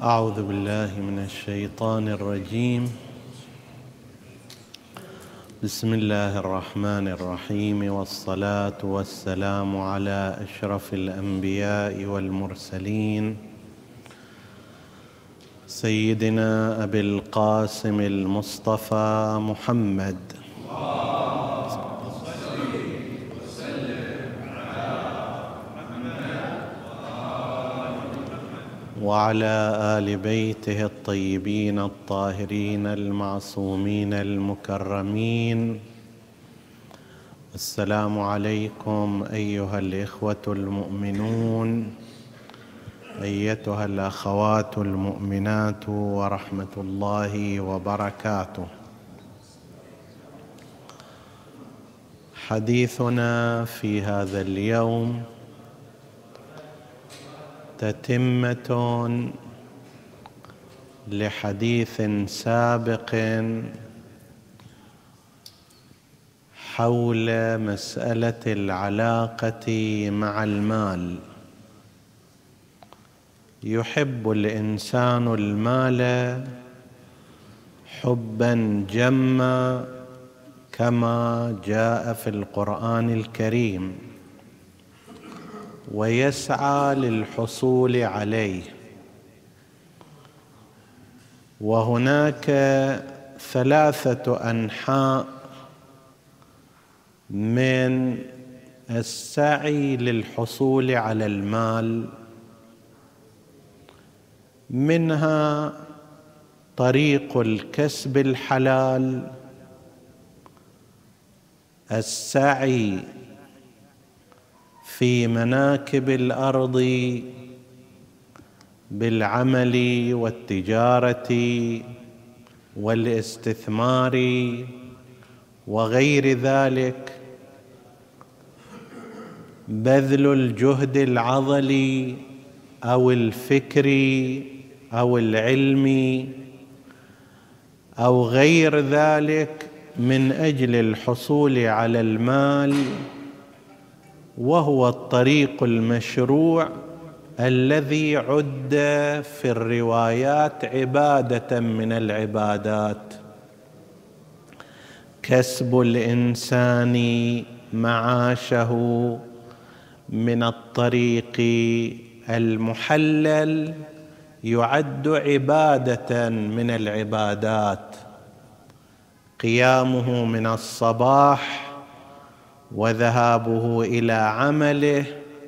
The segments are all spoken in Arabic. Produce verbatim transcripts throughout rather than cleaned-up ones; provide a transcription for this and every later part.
أعوذ بالله من الشيطان الرجيم. بسم الله الرحمن الرحيم، والصلاة والسلام على أشرف الأنبياء والمرسلين سيدنا أبي القاسم المصطفى محمد وعلى آل بيته الطيبين الطاهرين المعصومين المكرمين. السلام عليكم أيها الإخوة المؤمنون، أيتها الأخوات المؤمنات، ورحمة الله وبركاته. حديثنا في هذا اليوم تتمة لحديث سابق حول مسألة العلاقة مع المال. يحب الإنسان المال حبا جما كما جاء في القرآن الكريم، ويسعى للحصول عليه. وهناك ثلاثة أنحاء من السعي للحصول على المال، منها طريق الكسب الحلال، السعي في مناكب الأرض بالعمل والتجارة والاستثمار وغير ذلك، بذل الجهد العضلي أو الفكري أو العلمي أو غير ذلك من أجل الحصول على المال، وهو الطريق المشروع الذي عد في الروايات عبادة من العبادات. كسب الإنسان معاشه من الطريق المحلل يعد عبادة من العبادات. قيامه من الصباح وذهابه إلى عمله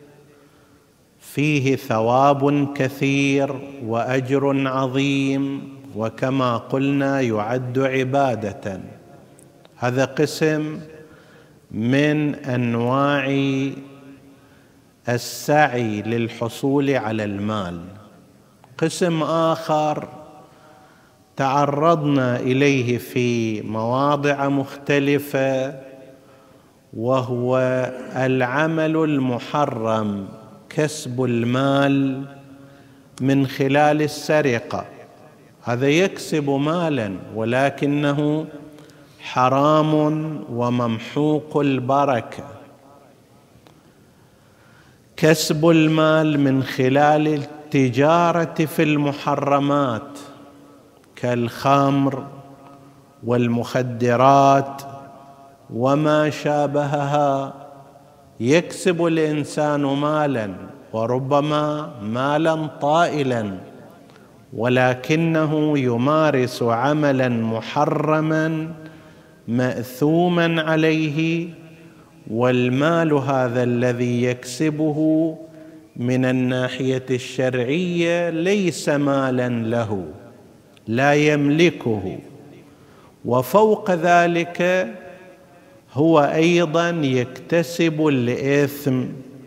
فيه ثواب كثير وأجر عظيم، وكما قلنا يعد عبادة. هذا قسم من أنواع السعي للحصول على المال. قسم آخر تعرضنا إليه في مواضع مختلفة، وهو العمل المحرم، كسب المال من خلال السرقة. هذا يكسب مالا ولكنه حرام وممحوق البركة. كسب المال من خلال التجارة في المحرمات كالخمر والمخدرات وما شابهها، يكسب الإنسان مالا وربما مالا طائلا، ولكنه يمارس عملا محرما مأثوما عليه، والمال هذا الذي يكسبه من الناحية الشرعية ليس مالا له، لا يملكه. وفوق ذلك هو أيضا يكتسب الإثم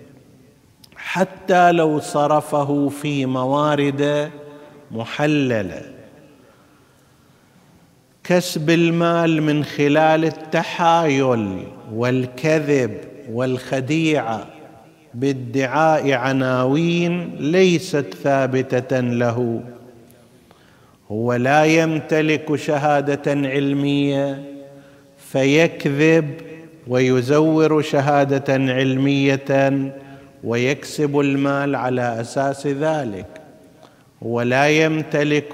حتى لو صرفه في موارد محللة. كسب المال من خلال التحايل والكذب والخديعة بادعاء عناوين ليست ثابتة له. هو لا يمتلك شهادة علمية فيكذب ويزور شهادة علمية ويكسب المال على أساس ذلك. ولا يمتلك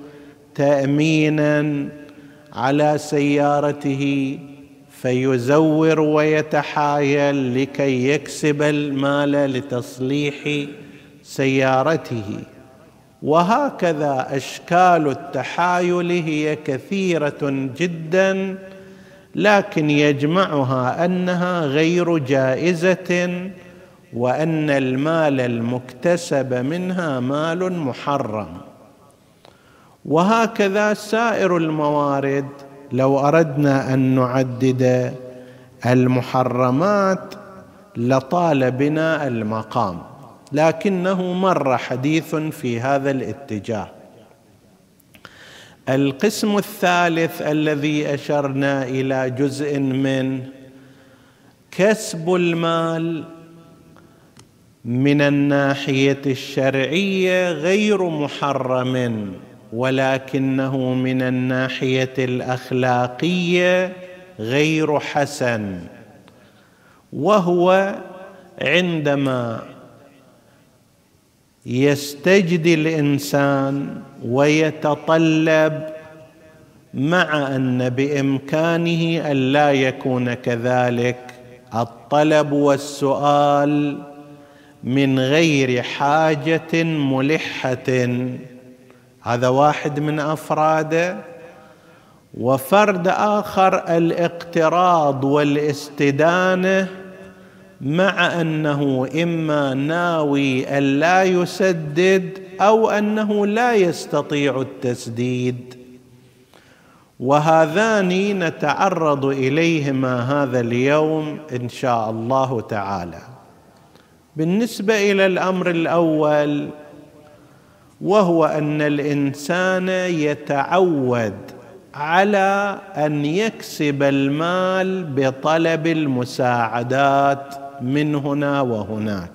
تأمينا على سيارته فيزور ويتحايل لكي يكسب المال لتصليح سيارته. وهكذا أشكال التحايل هي كثيرة جدا، لكن يجمعها أنها غير جائزة، وأن المال المكتسب منها مال محرم. وهكذا سائر الموارد، لو أردنا أن نعدد المحرمات لطال بنا المقام، لكنه مر حديث في هذا الاتجاه. القسم الثالث الذي أشرنا إلى جزء منه كسب المال من الناحية الشرعية غير محرم، ولكنه من الناحية الأخلاقية غير حسن، وهو عندما يستجدي الإنسان ويتطلب، مع أن بإمكانه أن لا يكون كذلك، الطلب والسؤال من غير حاجة ملحة، هذا واحد من أفراده. وفرد آخر الاقتراض والاستدانة، مع أنه إما ناوي أن لا يسدد أو أنه لا يستطيع التسديد، وهذان نتعرض إليهما هذا اليوم إن شاء الله تعالى. بالنسبة إلى الأمر الأول، وهو أن الإنسان يتعود على أن يكسب المال بطلب المساعدات من هنا وهناك.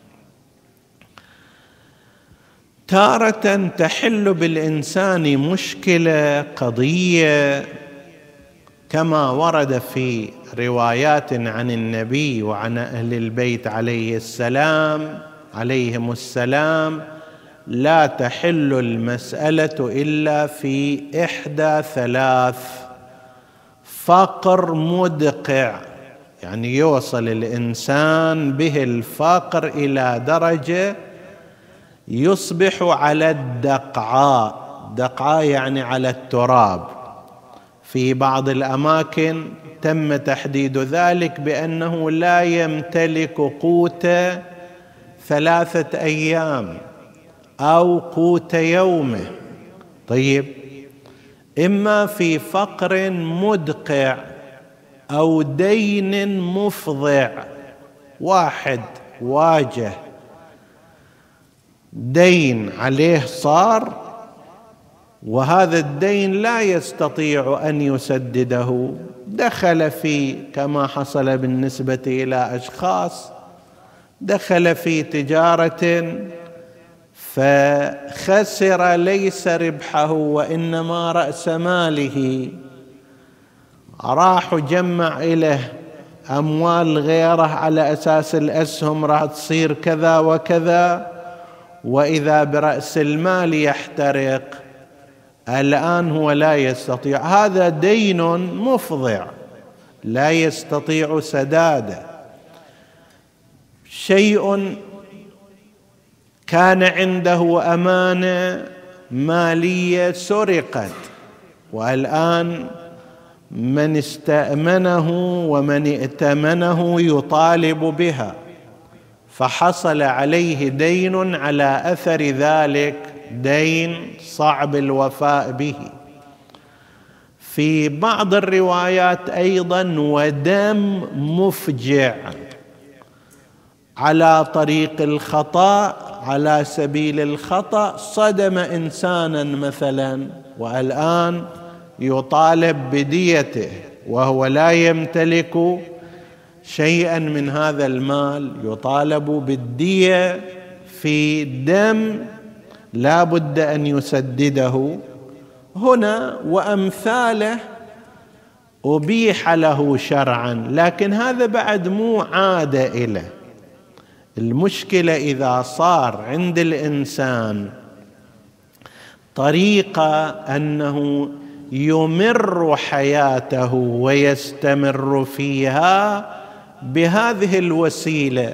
تارة تحل بالإنسان مشكلة قضية، كما ورد في روايات عن النبي وعن أهل البيت عليه السلام عليهم السلام: لا تحل المسألة إلا في إحدى ثلاث: فقر مدقع، يعني يوصل الإنسان به الفقر إلى درجة يصبح على الدقعاء، دقعاء يعني على التراب. في بعض الأماكن تم تحديد ذلك بأنه لا يمتلك قوت ثلاثة أيام أو قوت يومه. طيب، إما في فقر مدقع أو دين مفضع، واحد واجه دين عليه صار، وهذا الدين لا يستطيع أن يسدده، دخل في، كما حصل بالنسبة إلى أشخاص، دخل في تجارة فخسر ليس ربحه وإنما رأس ماله، راح جمع إليه أموال غيره على أساس الأسهم راح تصير كذا وكذا، وإذا برأس المال يحترق. الآن هو لا يستطيع، هذا دين مفضع لا يستطيع سداده. شيء كان عنده أمانة مالية سرقت، والآن من استأمنه ومن ائتمنه يطالب بها، فحصل عليه دين على أثر ذلك، دين صعب الوفاء به. في بعض الروايات أيضا ودم مفجع على طريق الخطأ، على سبيل الخطأ صدم إنسانا مثلا، والآن يطالب بديته وهو لا يمتلك شيئا من هذا المال، يطالب بالدية في دم لا بد أن يسدده. هنا وأمثاله أبيح له شرعا، لكن هذا بعد مو عادة إليه. المشكلة إذا صار عند الإنسان طريقة أنه يمر حياته ويستمر فيها بهذه الوسيلة.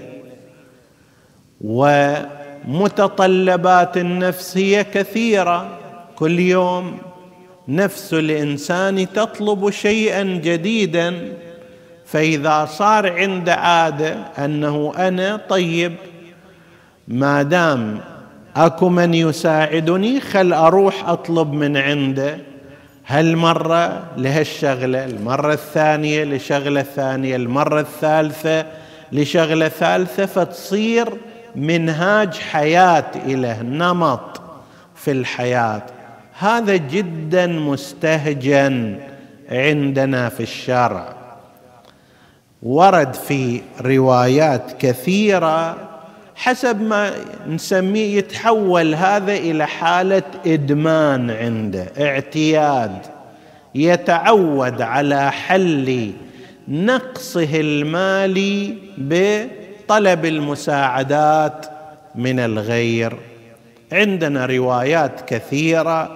ومتطلبات النفس هي كثيرة، كل يوم نفس الإنسان تطلب شيئا جديدا، فإذا صار عنده عادة أنه أنا طيب ما دام أكو من يساعدني خل أروح أطلب من عنده، هالمرة لهالشغلة، المرة الثانية لشغلة ثانية، المرة الثالثة لشغلة ثالثة، فتصير منهاج حياة إله، نمط في الحياة. هذا جدا مستهجن عندنا في الشرع. ورد في روايات كثيرة حسب ما نسميه يتحول هذا إلى حالة إدمان عنده، اعتياد، يتعود على حل نقصه المالي بطلب المساعدات من الغير. عندنا روايات كثيرة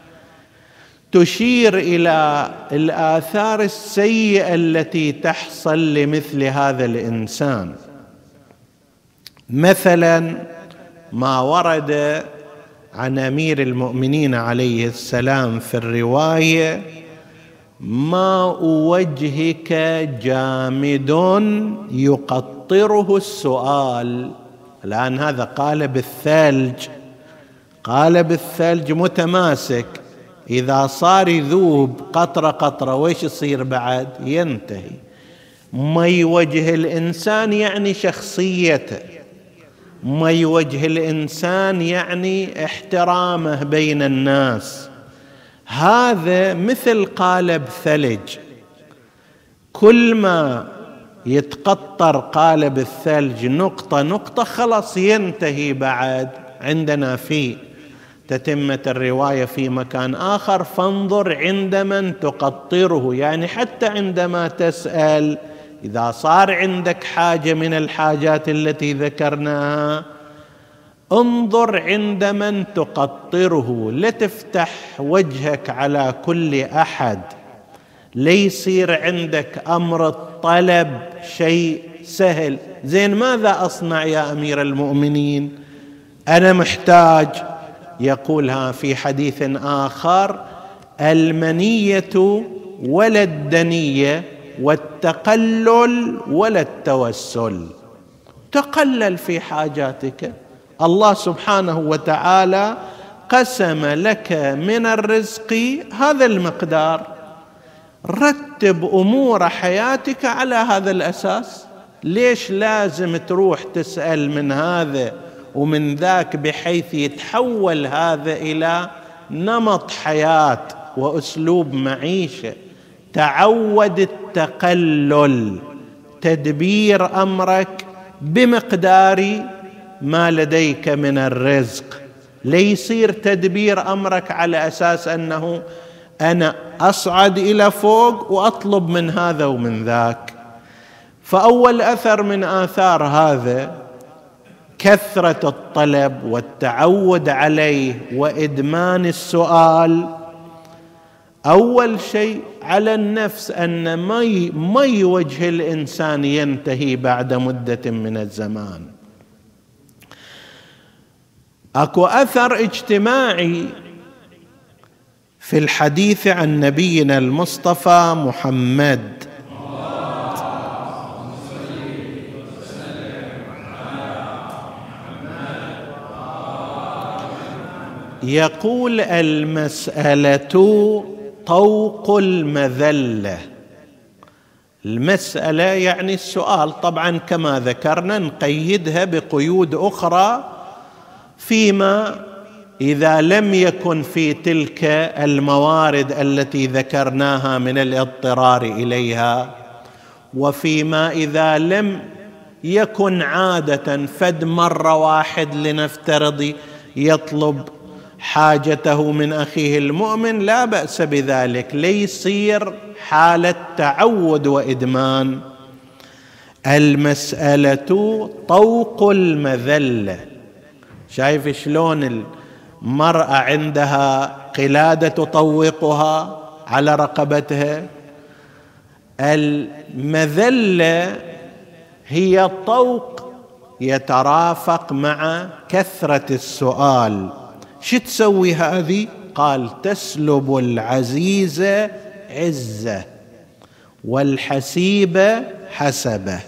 تشير إلى الآثار السيئة التي تحصل لمثل هذا الإنسان. مثلا ما ورد عن أمير المؤمنين عليه السلام في الرواية: ماء وجهك جامد يقطره السؤال. الآن هذا قالب الثلج، قالب الثلج متماسك، إذا صار يذوب قطرة قطرة ويش يصير بعد؟ ينتهي. مي وجه الإنسان يعني شخصيته، مي وجه الإنسان يعني احترامه بين الناس. هذا مثل قالب ثلج، كل ما يتقطر قالب الثلج نقطة نقطة خلاص ينتهي. بعد عندنا في تتمة الرواية في مكان آخر: فانظر عند من تقطره، يعني حتى عندما تسأل، إذا صار عندك حاجة من الحاجات التي ذكرناها، انظر عند من تقطره، لا تفتح وجهك على كل أحد، ليصير عندك أمر الطلب شيء سهل. زين ماذا أصنع يا أمير المؤمنين؟ أنا محتاج. يقولها في حديث آخر: المنية ولا الدنية والتقلل ولا التوسل. تقلل في حاجاتك، الله سبحانه وتعالى قسم لك من الرزق هذا المقدار، رتب أمور حياتك على هذا الأساس. ليش لازم تروح تسأل من هذا ومن ذاك بحيث يتحول هذا إلى نمط حياة وأسلوب معيشة؟ تعود التقلل، تدبير أمرك بمقدار ما لديك من الرزق، ليصير تدبير أمرك على أساس أنه أنا أصعد إلى فوق وأطلب من هذا ومن ذاك. فأول أثر من آثار هذا كثرة الطلب والتعود عليه وإدمان السؤال. أول شيء على النفس أن مي, مي وجه الإنسان ينتهي بعد مدة من الزمان. أكو أثر اجتماعي في الحديث عن نبينا المصطفى محمد يقول: المسألة طوق المذلة. المسألة يعني السؤال، طبعا كما ذكرنا نقيدها بقيود أخرى فيما إذا لم يكن في تلك الموارد التي ذكرناها من الاضطرار إليها، وفيما إذا لم يكن عادة فد مرة واحد لنفترض يطلب حاجته من أخيه المؤمن، لا بأس بذلك، ليصير حالة تعود وإدمان. المسألة طوق المذلة. شايف شلون مرأة عندها قلادة تطوقها على رقبتها. المذلة هي طوق يترافق مع كثرة السؤال. شو تسوي هذه؟ قال تسلب العزيز عزة والحسيب حسبه.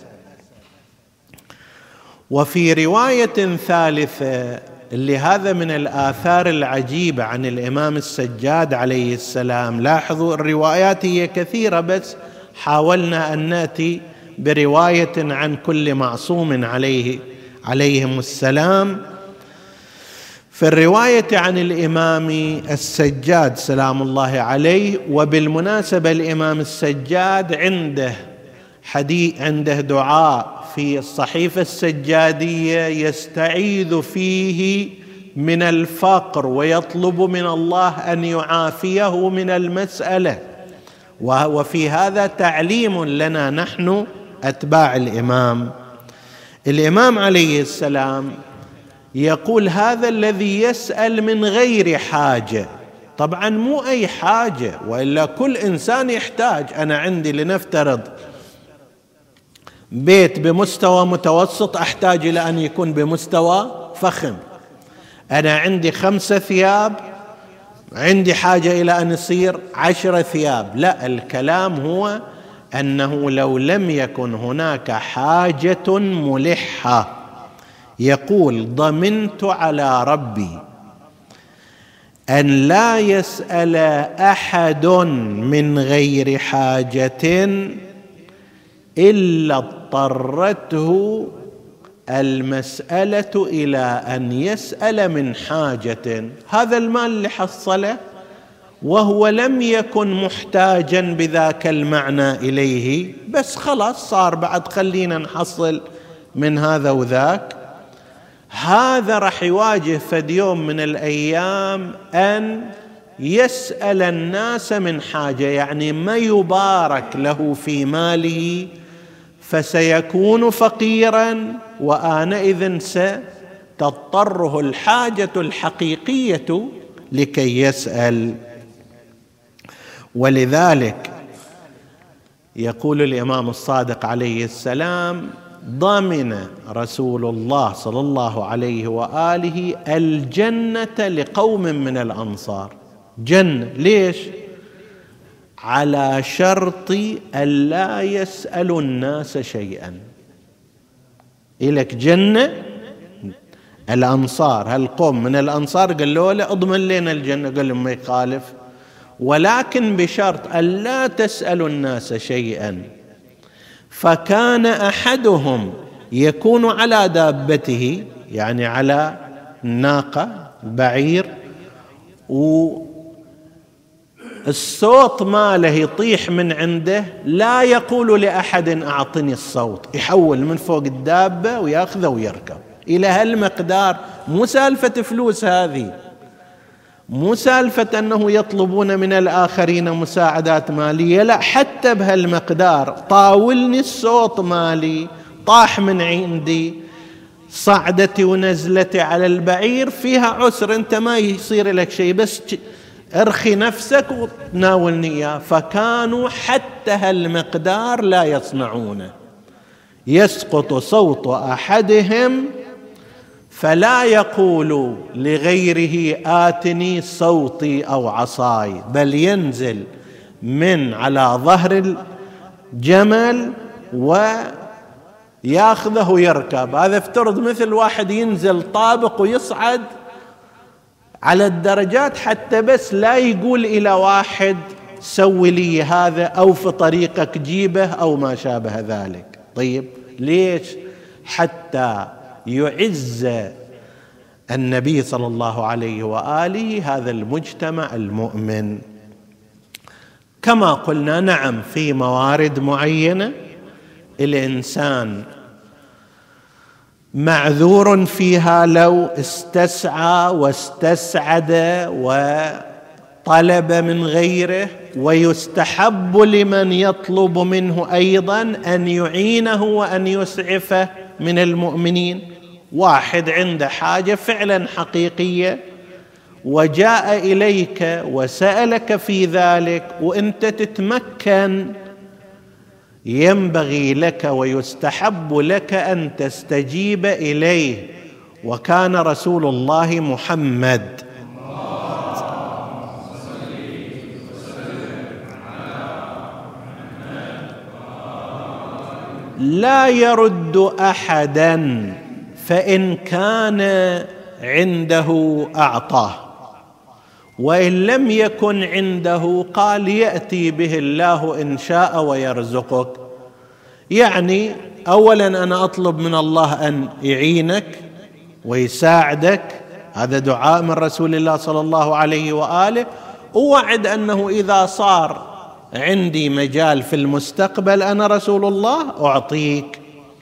وفي رواية ثالثة، اللي هذا من الآثار العجيبة عن الإمام السجاد عليه السلام، لاحظوا الروايات هي كثيرة بس حاولنا أن نأتي برواية عن كل معصوم عليه عليهم السلام. في الرواية عن الإمام السجاد سلام الله عليه، وبالمناسبة الإمام السجاد عنده حديث عنده دعاء في الصحيفة السجادية يستعيذ فيه من الفقر ويطلب من الله أن يعافيه من المسألة، وفي هذا تعليم لنا نحن أتباع الإمام. الإمام عليه السلام يقول هذا الذي يسأل من غير حاجة. طبعا مو أي حاجة، وإلا كل إنسان يحتاج. أنا عندي لنفترض بيت بمستوى متوسط، أحتاج إلى أن يكون بمستوى فخم. أنا عندي خمسة ثياب، عندي حاجة إلى أن يصير عشرة ثياب. لا، الكلام هو أنه لو لم يكن هناك حاجة ملحة، يقول ضمنت على ربي أن لا يسأل أحد من غير حاجة إلا اضطرته المسألة إلى أن يسأل من حاجة. هذا المال اللي حصله وهو لم يكن محتاجا بذاك المعنى إليه، بس خلاص صار بعد خلينا نحصل من هذا وذاك. هذا رح يواجه فد يوم من الأيام أن يسأل الناس من حاجة، يعني ما يبارك له في ماله، فسيكون فقيرا، وآنئذ ستضطره الحاجة الحقيقية لكي يسأل. ولذلك يقول الإمام الصادق عليه السلام ضمن رسول الله صلى الله عليه وآله الجنة لقوم من الأنصار. جنة ليش؟ على شرط ألا يسألوا الناس شيئا. إلك جنة الأنصار، هالقوم من الأنصار قالوا له اضمن لنا الجنة، قال لهم ما يخالف، ولكن بشرط ألا تسألوا الناس شيئا. فكان أحدهم يكون على دابته، يعني على الناقة البعير، والصوت ماله يطيح من عنده، لا يقول لأحد أعطني الصوت، يحول من فوق الدابة ويأخذه ويركب إلى هالمقدار. مو سالفة فلوس هذه، مو سالفة أنه يطلبون من الآخرين مساعدات مالية، لا، حتى بهالمقدار. طاولني الصوت مالي، طاح من عندي، صعدتي ونزلتي على البعير فيها عسر، أنت ما يصير لك شيء، بس ارخي نفسك وتناولني إياه. فكانوا حتى هالمقدار لا يصنعونه. يسقط صوت أحدهم فلا يقول لغيره آتني صوتي أو عصاي، بل ينزل من على ظهر الجمل ويأخذه ويركب. هذا افترض مثل واحد ينزل طابق ويصعد على الدرجات، حتى بس لا يقول إلى واحد سوي لي هذا أو في طريقك جيبه أو ما شابه ذلك. طيب ليش؟ حتى يعز النبي صلى الله عليه وآله هذا المجتمع المؤمن. كما قلنا نعم في موارد معينة الإنسان معذور فيها لو استسعى واستسعد وطلب من غيره، ويستحب لمن يطلب منه أيضا أن يعينه وأن يسعفه من المؤمنين. واحد عنده حاجة فعلا حقيقية وجاء إليك وسألك في ذلك وأنت تتمكن، ينبغي لك ويستحب لك أن تستجيب إليه. وكان رسول الله محمد لا يرد أحدا، فإن كان عنده أعطاه، وإن لم يكن عنده قال يأتي به الله إن شاء ويرزقك. يعني أولا أنا أطلب من الله أن يعينك ويساعدك، هذا دعاء من رسول الله صلى الله عليه وآله، ووعد أنه إذا صار عندي مجال في المستقبل أنا رسول الله أعطيك.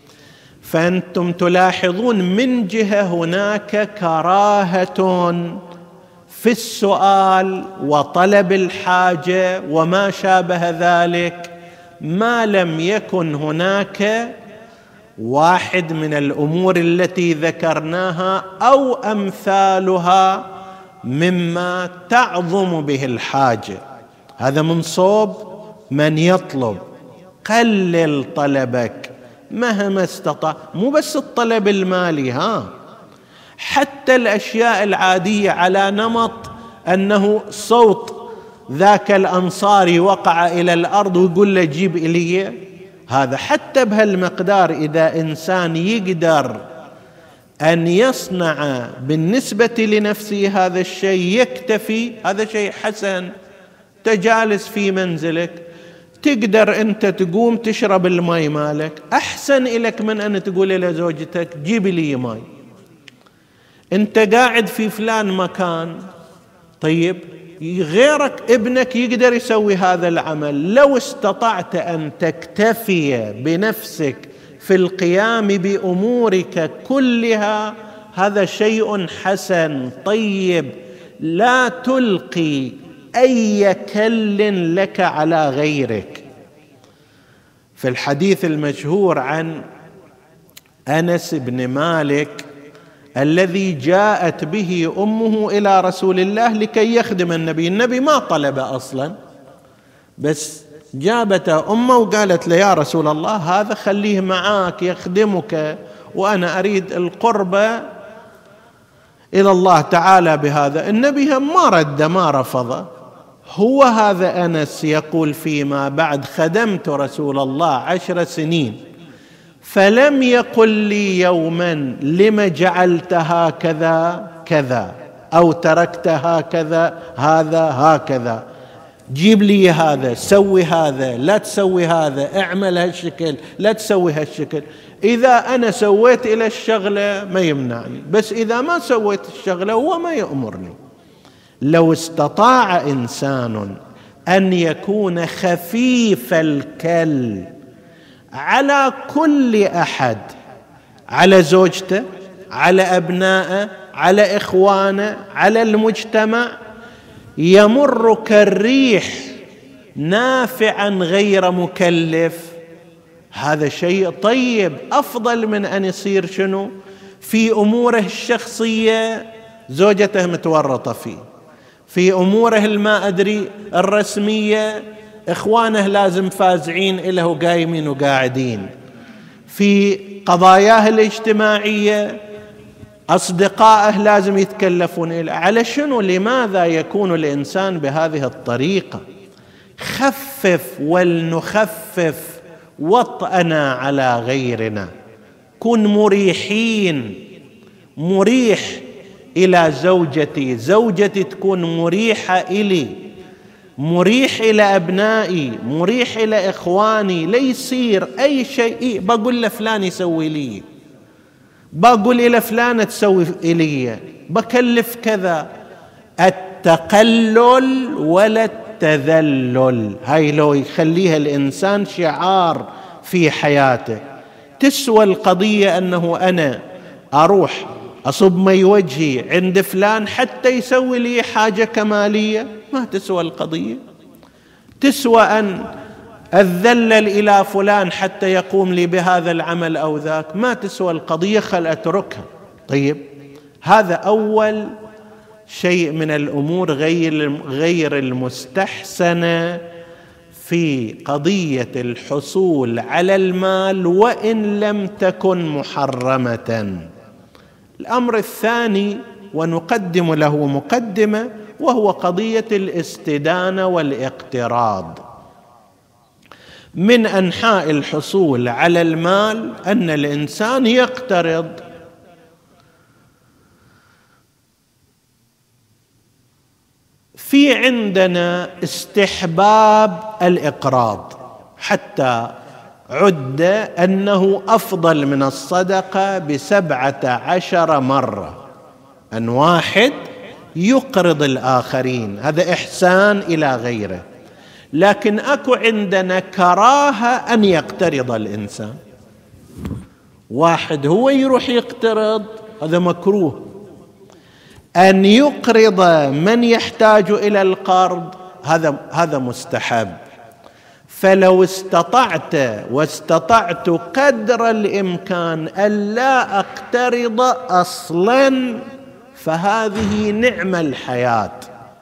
فأنتم تلاحظون من جهة هناك كراهة في السؤال وطلب الحاجة وما شابه ذلك، ما لم يكن هناك واحد من الأمور التي ذكرناها أو أمثالها مما تعظم به الحاجة. هذا من صوب من يطلب. قلل طلبك مهما استطاع، مو بس الطلب المالي، ها حتى الأشياء العادية، على نمط أنه صوت ذاك الأنصاري وقع إلى الأرض ويقول له جيب إلي، هذا حتى بهالمقدار إذا إنسان يقدر أن يصنع بالنسبة لنفسه هذا الشيء يكتفي، هذا شيء حسن. تجالس في منزلك تقدر أنت تقوم تشرب الماء مالك، أحسن إليك من أن تقول إلى زوجتك جيب لي ماء. أنت قاعد في فلان مكان، طيب غيرك ابنك يقدر يسوي هذا العمل، لو استطعت أن تكتفي بنفسك في القيام بأمورك كلها هذا شيء حسن طيب، لا تلقي أي كل لك على غيرك. في الحديث المشهور عن أنس بن مالك الذي جاءت به أمه إلى رسول الله لكي يخدم النبي، النبي ما طلب أصلا، بس جابت أمه وقالت له يا رسول الله هذا خليه معاك يخدمك، وأنا أريد القربة إلى الله تعالى بهذا. النبي هم ما رد ما رفض. هو هذا أنس يقول فيما بعد خدمت رسول الله عشر سنين فلم يقل لي يوما لم جعلت هكذا كذا أو تركت هكذا هذا هكذا، جيب لي هذا، سوي هذا، لا تسوي هذا، اعمل هالشكل، لا تسوي هالشكل. إذا أنا سويت إلى الشغلة ما يمنعني، بس إذا ما سويت الشغلة هو ما يأمرني. لو استطاع إنسان أن يكون خفيف الكل على كل أحد، على زوجته، على أبنائه، على إخوانه، على المجتمع، يمر كالريح نافعا غير مكلف، هذا شيء طيب، أفضل من أن يصير شنو في أموره الشخصية زوجته متورطة فيه، في أموره الما أدري الرسمية إخوانه لازم فازعين إله وقايمين وقاعدين، في قضاياه الاجتماعية أصدقائه لازم يتكلفون إليه. على شنو؟ لماذا يكون الإنسان بهذه الطريقة؟ خفف ولنخفف وطأنا على غيرنا، كن مريحين، مريح إلى زوجتي، زوجتي تكون مريحة إلي، مريح إلى أبنائي، مريح إلى إخواني، لا يصير أي شيء بقول لفلان يسوي لي، بقول إلى فلانة تسوي إلي، بكلف كذا. التقلل ولا التذلل، هاي لو يخليها الإنسان شعار في حياته. تسوى القضية أنه أنا أروح أصب مي وجهي عند فلان حتى يسوي لي حاجة كمالية؟ ما تسوى القضية. تسوى أن أتذلل إلى فلان حتى يقوم لي بهذا العمل أو ذاك؟ ما تسوى القضية، خل أتركها. طيب هذا أول شيء من الأمور غير غير المستحسنة في قضية الحصول على المال وإن لم تكن محرمة. الأمر الثاني ونقدم له مقدمة، وهو قضية الاستدانة والاقتراض. من أنحاء الحصول على المال أن الإنسان يقترض. في عندنا استحباب الإقراض، حتى عد أنه أفضل من الصدقة بسبعة عشر مرة، أن واحد يقرض الآخرين، هذا إحسان إلى غيره. لكن أكو عندنا كراهة أن يقترض الإنسان، واحد هو يروح يقترض، هذا مكروه. أن يقرض من يحتاج إلى القرض هذا هذا مستحب. فلو استطعت واستطعت قدر الإمكان ألا أقترض أصلا فهذه نعم الحياة.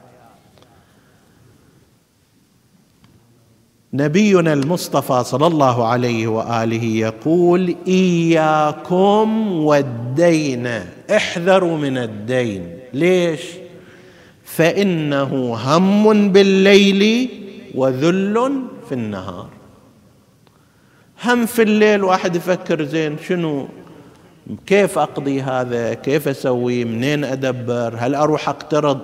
نبينا المصطفى صلى الله عليه وآله يقول: إياكم والدين، احذروا من الدين. ليش؟ فإنه هم بالليل وذل في النهار. هم في الليل واحد يفكر زين شنو، كيف أقضي هذا، كيف أسوي، منين أدبر، هل أروح أقترض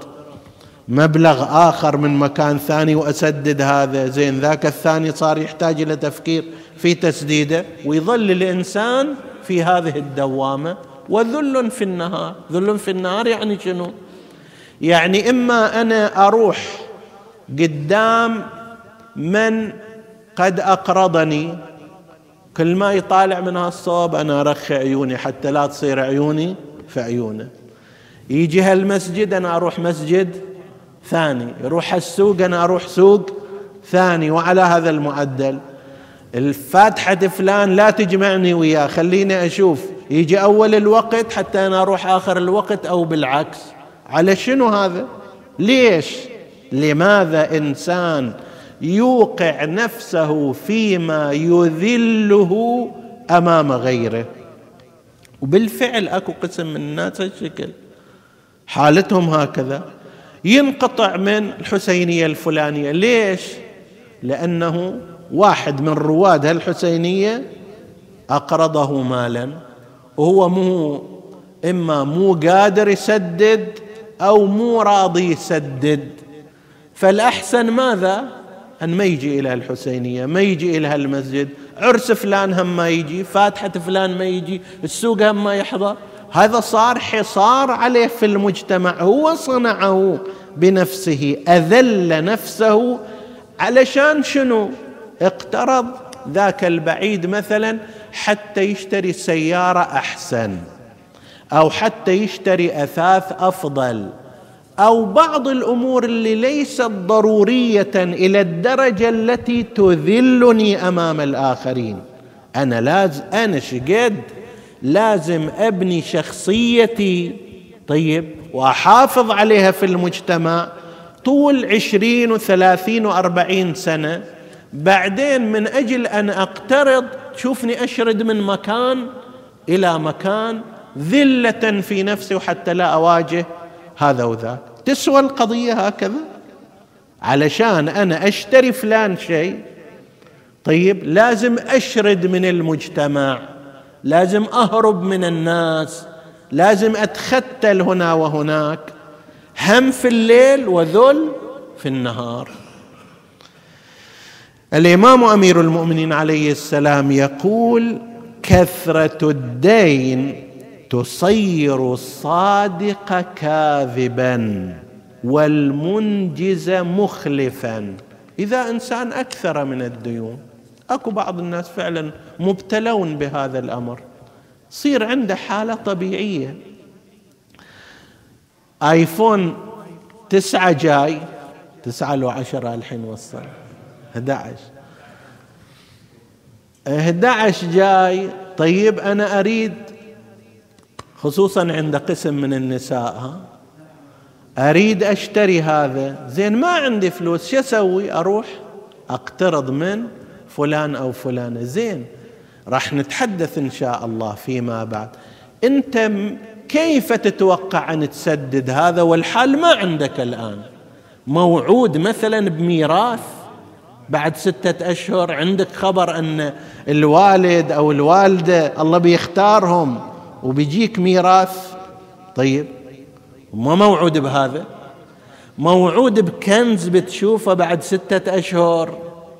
مبلغ آخر من مكان ثاني وأسدد هذا، زين ذاك الثاني صار يحتاج إلى تفكير في تسديده، ويظل الإنسان في هذه الدوامة. وذل في النهار، ذل في النهار يعني شنو؟ يعني إما أنا أروح قدام من قد أقرضني، كل ما يطالع من هالصوب أنا أرخي عيوني حتى لا تصير عيوني في عيونه، يجي هالمسجد أنا أروح مسجد ثاني، يروح السوق أنا أروح سوق ثاني، وعلى هذا المعدل. الفاتحة فلان لا تجمعني وياه، خليني أشوف يجي أول الوقت حتى أنا أروح آخر الوقت أو بالعكس. على شنو هذا؟ ليش؟ لماذا إنسان يوقع نفسه فيما يذله أمام غيره؟ وبالفعل أكو قسم من الناس هالشكل، حالتهم هكذا، ينقطع من الحسينية الفلانية. ليش؟ لأنه واحد من رواد الحسينية أقرضه مالا وهو مو إما مو قادر يسدد أو مو راضي يسدد، فالأحسن ماذا؟ أن ما يجي إلى الحسينية، ما يجي إلى المسجد، عرس فلان هم ما يجي، فاتحة فلان ما يجي، السوق هم ما يحضر. هذا صار حصار عليه في المجتمع، هو صنعه بنفسه، أذل نفسه. علشان شنو؟ اقترض ذاك البعيد مثلا حتى يشتري سيارة أحسن، أو حتى يشتري أثاث أفضل، أو بعض الأمور اللي ليست ضرورية إلى الدرجة التي تذلني أمام الآخرين. أنا لازم أنا شقد لازم أبني شخصيتي طيب وأحافظ عليها في المجتمع طول عشرين وثلاثين وأربعين سنة. بعدين من أجل أن أقترض شوفني أشرد من مكان إلى مكان ذلة في نفسي وحتى لا أواجه هذا وذاك. تسوى القضية هكذا؟ علشان أنا أشتري فلان شيء طيب لازم أشرد من المجتمع، لازم أهرب من الناس، لازم أتختل هنا وهناك، هم في الليل وذل في النهار. الإمام أمير المؤمنين عليه السلام يقول: كثرة الدين تصير الصادق كاذبا والمنجز مخلفا. إذا إنسان أكثر من الديون، أكو بعض الناس فعلا مبتلون بهذا الأمر، صير عنده حالة طبيعية. آيفون تسعة جاي، تسعة لو عشرة الحين وصل أحد عشر أحد عشر جاي. طيب أنا أريد، خصوصا عند قسم من النساء، أريد أشتري هذا، زين ما عندي فلوس، شو أسوي؟ أروح أقترض من فلان أو فلانة. زين، راح نتحدث إن شاء الله فيما بعد. أنت كيف تتوقع أن تسدد هذا والحال ما عندك الآن؟ موعود مثلا بميراث بعد ستة أشهر، عندك خبر أن الوالد أو الوالدة الله بيختارهم وبيجيك ميراث. طيب، ما موعود بهذا، موعود بكنز بتشوفه بعد ستة أشهر،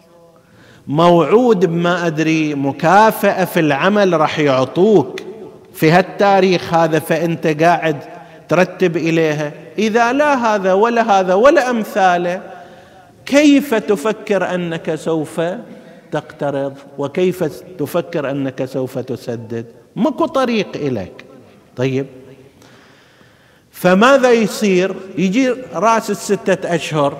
موعود بما أدري مكافأة في العمل راح يعطوك في هالتاريخ هذا، فأنت قاعد ترتب إليها. إذا لا هذا ولا هذا ولا أمثاله، كيف تفكر أنك سوف تقترض؟ وكيف تفكر أنك سوف تسدد؟ ماكو طريق إليك. طيب، فماذا يصير؟ يجي رأس الستة أشهر،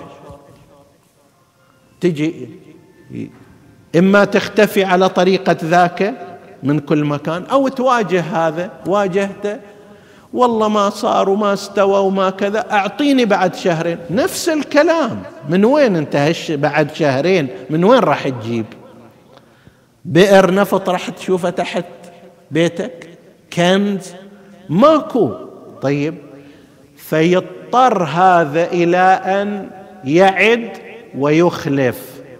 تجي إما تختفي على طريقة ذاك من كل مكان، أو تواجه هذا، واجهته والله ما صار وما استوى وما كذا، أعطيني بعد شهرين. نفس الكلام، من وين انت هش بعد شهرين؟ من وين راح تجيب؟ بئر نفط راح تشوفه تحت بيتك؟ كنز؟ ماكو. طيب، فيضطر هذا إلى أن يعد ويخلف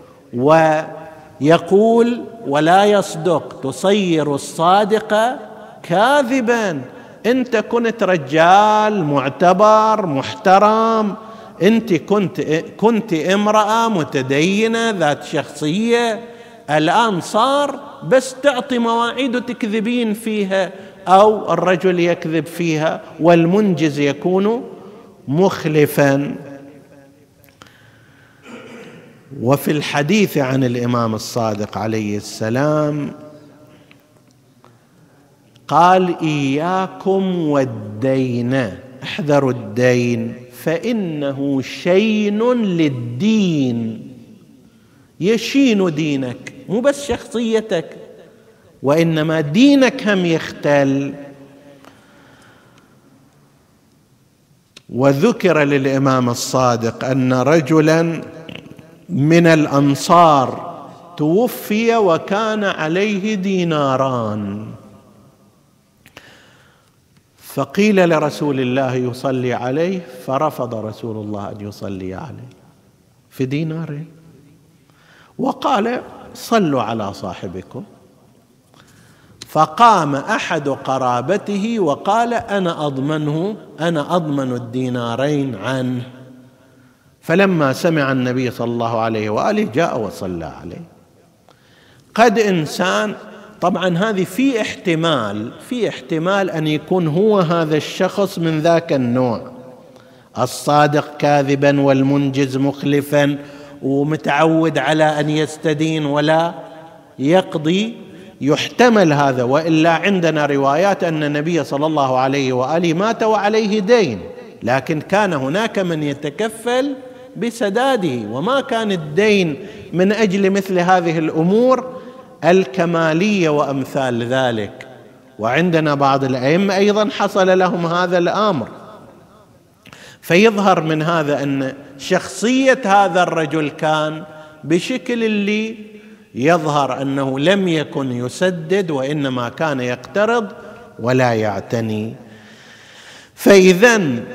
ويقول ولا يصدق، تصير الصادق كاذبا. أنت كنت رجال معتبر محترم، أنت كنت كنت امرأة متدينة ذات شخصية، الآن صار بس تعطي مواعيد وتكذبين فيها، أو الرجل يكذب فيها والمنجز يكون مخلفا. وفي الحديث عن الإمام الصادق عليه السلام قال: إياكم والدين، احذروا الدين فإنه شين للدين، يشين دينك، مو بس شخصيتك وإنما دينك هم يختل. وذكر للإمام الصادق أن رجلا من الأنصار توفي وكان عليه ديناران، فقيل لرسول الله يصلي عليه، فرفض رسول الله أن يصلي عليه في دينارين، وقال: صلوا على صاحبكم. فقام أحد قرابته وقال: أنا أضمنه، أنا أضمن الدينارين عنه. فلما سمع النبي صلى الله عليه وآله جاء وصلى عليه. قد إنسان، طبعا هذه في احتمال في احتمال أن يكون هو هذا الشخص من ذاك النوع، الصادق كاذبا والمنجز مخلفا، ومتعود على أن يستدين ولا يقضي، يحتمل هذا. وإلا عندنا روايات أن النبي صلى الله عليه وآله مات وعليه دين، لكن كان هناك من يتكفل بسداده، وما كان الدين من أجل مثل هذه الأمور الكمالية وأمثال ذلك. وعندنا بعض الأئمة أيضا حصل لهم هذا الأمر. فيظهر من هذا أن شخصية هذا الرجل كان بشكل اللي يظهر أنه لم يكن يسدد، وإنما كان يقترض ولا يعتني. فإذن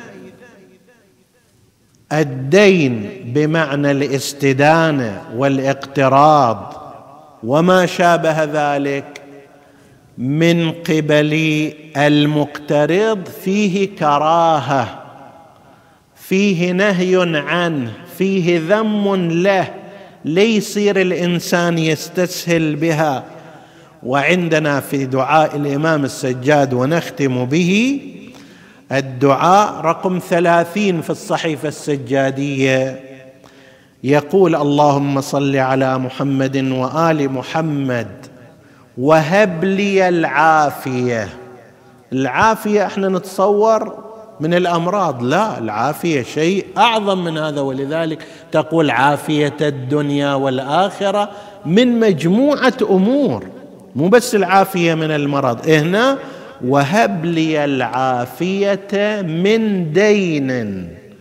الدين بمعنى الاستدانة والاقتراض وما شابه ذلك من قبل المقترض فيه كراهة، فيه نهي عنه، فيه ذم له، ليصير الإنسان يستسهل بها. وعندنا في دعاء الإمام السجاد، ونختم به، الدعاء رقم ثلاثين في الصحيفة السجادية، يقول: اللهم صل على محمد وآل محمد وهب لي العافية. العافية احنا نتصور من الأمراض، لا، العافية شيء أعظم من هذا، ولذلك تقول عافية الدنيا والآخرة، من مجموعة أمور، مو بس العافية من المرض. هنا وهب لي العافية من دين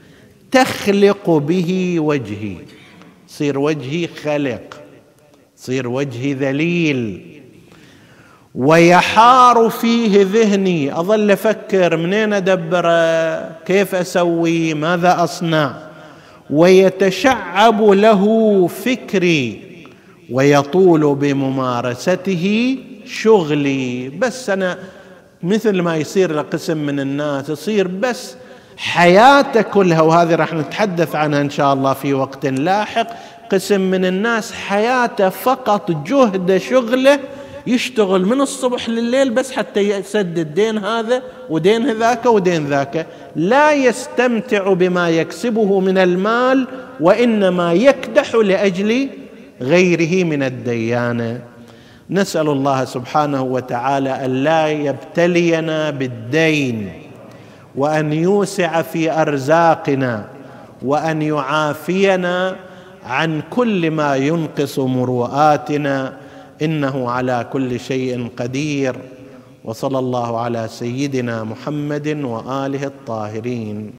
تخلق به وجهي، صير وجهي خلق، صير وجهي ذليل، ويحار فيه ذهني، أظل أفكر منين أدبره، كيف أسوي، ماذا أصنع، ويتشعب له فكري، ويطول بممارسته شغلي. بس أنا مثل ما يصير لقسم من الناس، يصير بس حياته كلها، وهذه راح نتحدث عنها إن شاء الله في وقت لاحق. قسم من الناس حياته فقط جهد شغله، يشتغل من الصبح لليل بس حتى يسدد دين هذا ودين ذاك ودين ذاك، لا يستمتع بما يكسبه من المال، وإنما يكدح لأجل غيره من الديانة. نسأل الله سبحانه وتعالى أن لا يبتلينا بالدين، وأن يوسع في أرزاقنا، وأن يعافينا عن كل ما ينقص مروءاتنا، إنه على كل شيء قدير. وصلى الله على سيدنا محمد وآله الطاهرين.